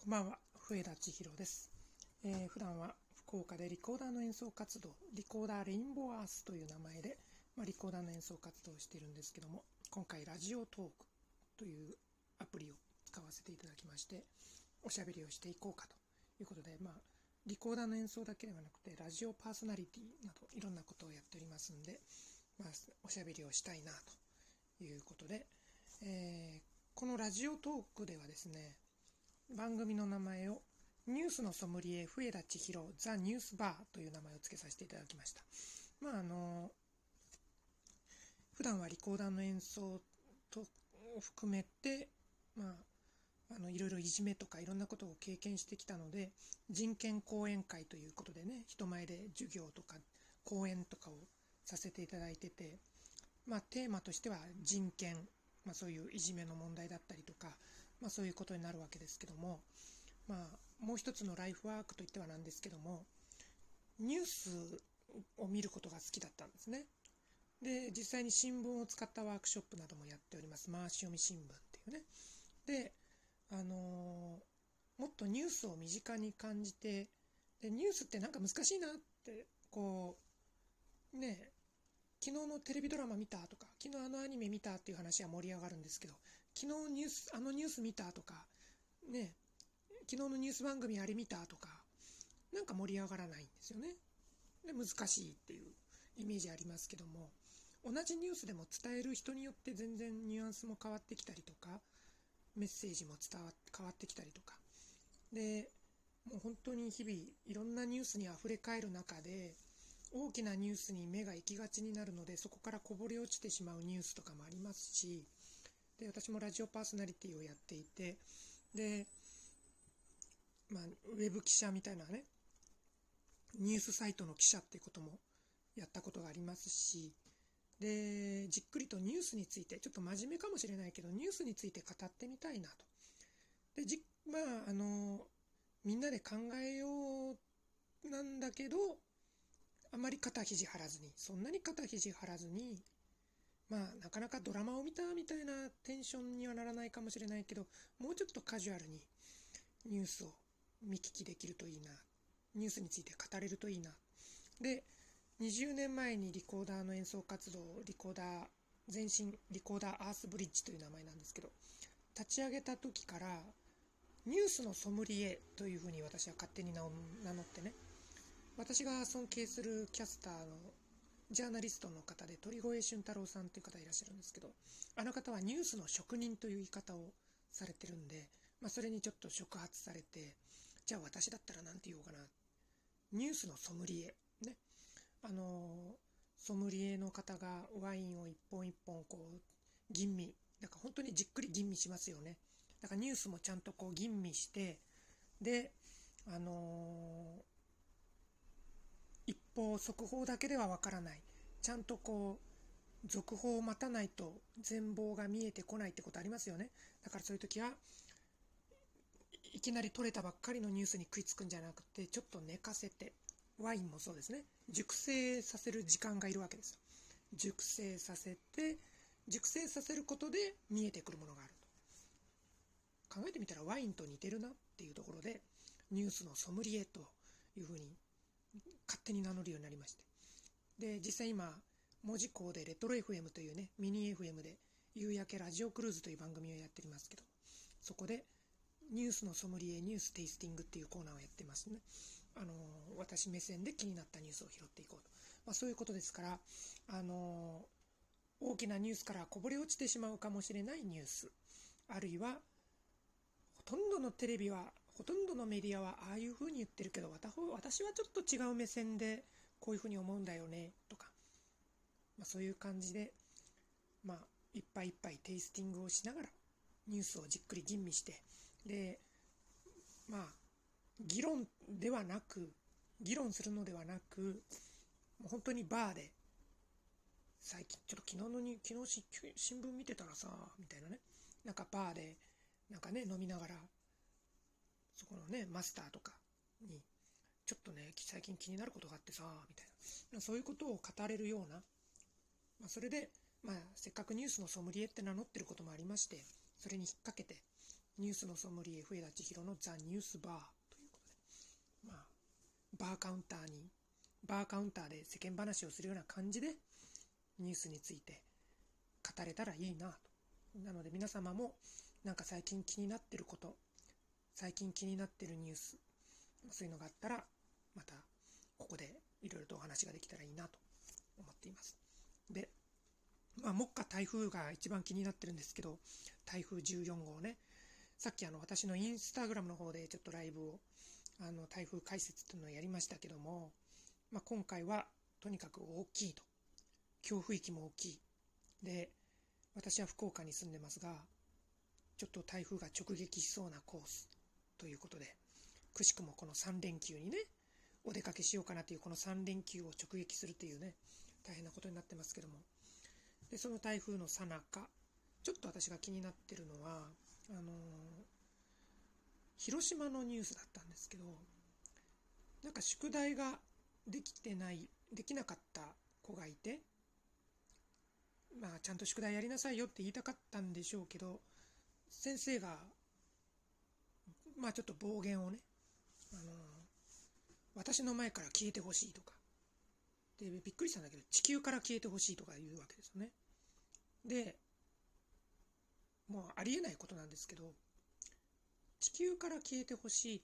こんばんは、笛田千尋です。普段は福岡でリコーダーの演奏活動、リコーダーレインボーアースという名前で、リコーダーの演奏活動をしているんですけども、今回ラジオトークというアプリを使わせていただきまして、おしゃべりをしていこうかということで、リコーダーの演奏だけではなくて、ラジオパーソナリティなどいろんなことをやっておりますんで、おしゃべりをしたいなということで、このラジオトークではですね、番組の名前をニュースのソムリエ笛田千尋ザ・ニュースバーという名前を付けさせていただきました。普段はリコーダーの演奏と含めて、いろいろいじめとかいろんなことを経験してきたので、人権講演会ということでね、人前で授業とか講演とかをさせていただいてて、テーマとしては人権、そういういじめの問題だったりとか、そういうことになるわけですけども、もう一つのライフワークといってはなんですけども、ニュースを見ることが好きだったんですね。で、実際に新聞を使ったワークショップなどもやっております。回し読み新聞っていうね。で、もっとニュースを身近に感じて、でニュースってなんか難しいなって、昨日のテレビドラマ見たとか、昨日あのアニメ見たっていう話は盛り上がるんですけど、昨日あのニュース見たとか、昨日のニュース番組あれ見たとか、なんか盛り上がらないんですよね。で、難しいっていうイメージありますけども、同じニュースでも伝える人によって全然ニュアンスも変わってきたりとか、メッセージも変わってきたりとか。で、もう本当に日々いろんなニュースにあふれかえる中で、大きなニュースに目が行きがちになるので、そこからこぼれ落ちてしまうニュースとかもありますし、で、私もラジオパーソナリティをやっていて、で、ウェブ記者みたいなね、ニュースサイトの記者っていうこともやったことがありますし、で、じっくりとニュースについて、ちょっと真面目かもしれないけど、ニュースについて語ってみたいなと。で、みんなで考えようなんだけど、あまり肩肘張らずに、そんなに肩肘張らずに、なかなかドラマを見たみたいなテンションにはならないかもしれないけど、もうちょっとカジュアルにニュースを見聞きできるといいな。ニュースについて語れるといいな。で、20年前にリコーダーの演奏活動、リコーダーアースブリッジという名前なんですけど、立ち上げた時から、ニュースのソムリエというふうに私は勝手に名乗ってね、私が尊敬するキャスターのジャーナリストの方で鳥越俊太郎さんという方いらっしゃるんですけど、あの方はニュースの職人という言い方をされてるんで、それにちょっと触発されて、じゃあ私だったらなんて言おうかな。ニュースのソムリエ。ね。ソムリエの方がワインを一本一本吟味。なんか本当にじっくり吟味しますよね。だからニュースもちゃんと吟味して、で、一方速報だけではわからない。ちゃんと続報を待たないと全貌が見えてこないってことありますよね。だからそういう時はいきなり取れたばっかりのニュースに食いつくんじゃなくて、ちょっと寝かせて、ワインもそうですね、熟成させる時間がいるわけですよ。熟成させることで見えてくるものがあると。考えてみたらワインと似てるなっていうところで、ニュースのソムリエというふうに勝手に名乗るようになりまして。で、実際今、門司港でレトロ FM というね、ミニ FM で夕焼けラジオクルーズという番組をやっていますけど、そこでニュースのソムリエニューステイスティングっていうコーナーをやってますね。私目線で気になったニュースを拾っていこうと。そういうことですから、大きなニュースからこぼれ落ちてしまうかもしれないニュース、あるいはほとんどのテレビは、ほとんどのメディアはああいう風に言ってるけど、私はちょっと違う目線でこういう風に思うんだよねとか、そういう感じで、いっぱいいっぱいテイスティングをしながらニュースをじっくり吟味して、で、議論するのではなく、もう本当にバーで、最近ちょっと昨日新聞見てたらさみたいなね、なんかバーでなんかね飲みながら、そこのねマスターとかにちょっとね最近気になることがあってさみたいな、そういうことを語れるような、それでせっかくニュースのソムリエって名乗ってることもありまして、それに引っ掛けてニュースのソムリエ笛田千尋のザ・ニュースバーということで、バーカウンターで世間話をするような感じでニュースについて語れたらいいなと。なので皆様もなんか最近気になってること、最近気になってるニュース、そういうのがあったらまたここでいろいろとお話ができたらいいなと思っています。で、目下台風が一番気になってるんですけど、台風14号ね、さっき私のインスタグラムの方でちょっとライブを台風解説というのをやりましたけども、今回はとにかく大きいと、強風域も大きいで、私は福岡に住んでますが、ちょっと台風が直撃しそうなコースということで、くしくもこの3連休にねお出かけしようかなという、この3連休を直撃するというね、大変なことになってますけども、でその台風の最中、ちょっと私が気になってるのは広島のニュースだったんですけど、なんか宿題ができなかった子がいて、ちゃんと宿題やりなさいよって言いたかったんでしょうけど、先生がちょっと暴言をね、私の前から消えてほしいとかで、びっくりしたんだけど、地球から消えてほしいとか言うわけですよね。でもうありえないことなんですけど、地球から消えてほしいって、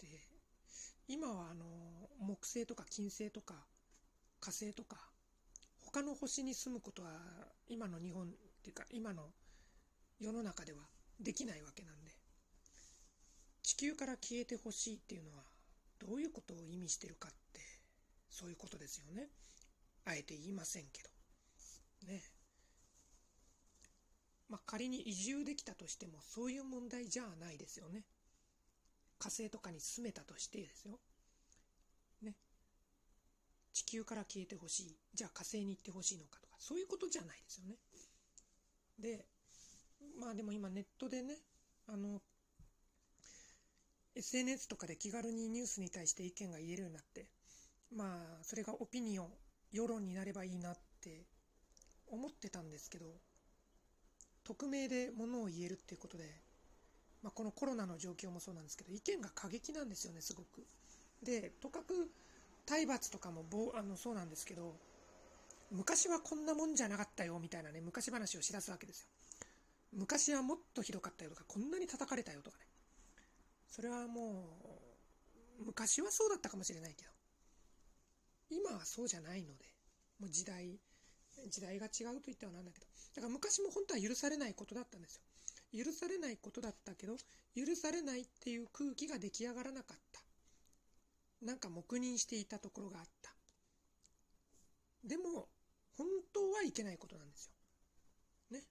今は木星とか金星とか火星とか他の星に住むことは今の日本っていうか今の世の中ではできないわけなんで、地球から消えてほしいっていうのはどういうことを意味してるかって、そういうことですよね。あえて言いませんけどね。仮に移住できたとしてもそういう問題じゃないですよね。火星とかに住めたとしてですよね。地球から消えてほしい、じゃあ火星に行ってほしいのかとか、そういうことじゃないですよね。ででも今ネットでね、SNS とかで気軽にニュースに対して意見が言えるようになって、それがオピニオン、世論になればいいなって思ってたんですけど、匿名で物を言えるっていうことで、このコロナの状況もそうなんですけど、意見が過激なんですよね、すごく。で、とかく体罰とかもそうなんですけど、昔はこんなもんじゃなかったよみたいなね、昔話をしだすわけですよ。昔はもっとひどかったよとか、こんなに叩かれたよとかね。それはもう昔はそうだったかもしれないけど、今はそうじゃないので、もう時代が違うと言ってはなんだけど、だから昔も本当は許されないことだったんですよ。許されないことだったけど、許されないっていう空気が出来上がらなかった。なんか黙認していたところがあった。でも本当はいけないことなんですよね。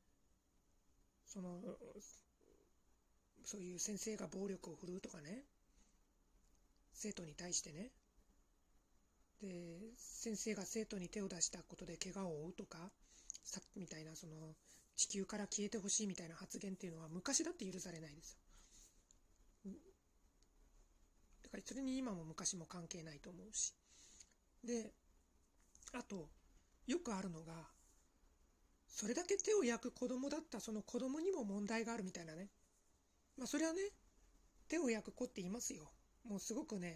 そういう先生が暴力を振るうとかね、生徒に対してね、で先生が生徒に手を出したことで怪我を負うとか、さっきみたいな地球から消えてほしいみたいな発言っていうのは昔だって許されないですよ。だからそれに今も昔も関係ないと思うし、であとよくあるのが、それだけ手を焼く子供だったその子供にも問題があるみたいなね。それはね、手を焼く子っていますよ。もうすごくね、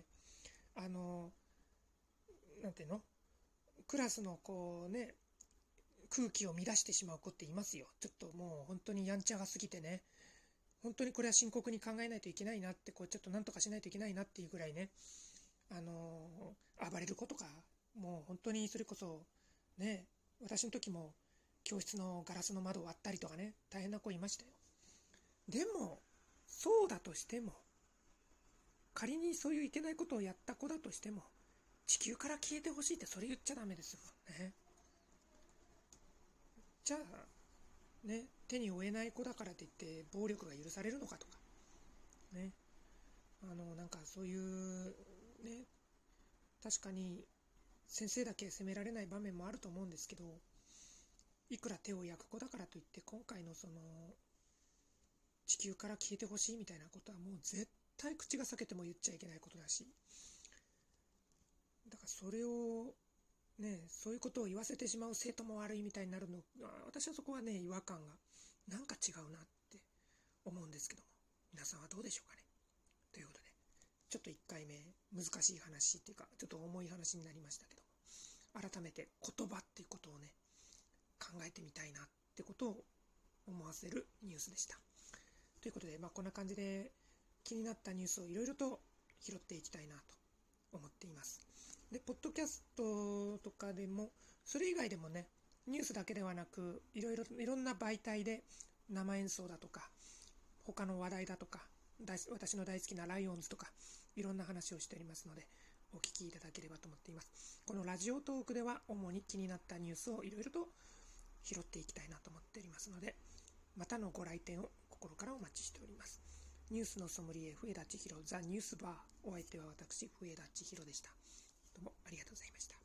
なんていうの、クラスの空気を乱してしまう子っていますよ。ちょっともう本当にやんちゃが過ぎてね、本当にこれは深刻に考えないといけないなって、ちょっとなんとかしないといけないなっていうぐらいね、暴れる子とか、もう本当にそれこそね、私の時も教室のガラスの窓を割ったりとかね、大変な子いましたよ。でもそうだとしても、仮にそういういけないことをやった子だとしても、地球から消えてほしいってそれ言っちゃダメですよね。じゃあね、手に負えない子だからといって暴力が許されるのかとかね、なんかそういうね、確かに先生だけ責められない場面もあると思うんですけど、いくら手を焼く子だからといって今回の地球から消えてほしいみたいなことはもう絶対口が裂けても言っちゃいけないことだし、だからそれをね、そういうことを言わせてしまう生徒も悪いみたいになるの、私はそこはね、違和感がなんか違うなって思うんですけども、皆さんはどうでしょうかね。ということで、ちょっと1回目難しい話っていうか、ちょっと重い話になりましたけども、改めて言葉っていうことをね、考えてみたいなってことを思わせるニュースでした。ということで、こんな感じで気になったニュースをいろいろと拾っていきたいなと思っています。で、ポッドキャストとかでも、それ以外でもね、ニュースだけではなく、いろんな媒体で生演奏だとか、他の話題だとか、私の大好きなライオンズとか、いろんな話をしておりますので、お聞きいただければと思っています。このラジオトークでは、主に気になったニュースをいろいろと拾っていきたいなと思っておりますので、またのご来店を心からお待ちしております。ニュースのソムリエ、笛田千尋、ザ・ニュースバー。お相手は私、笛田千尋でした。どうもありがとうございました。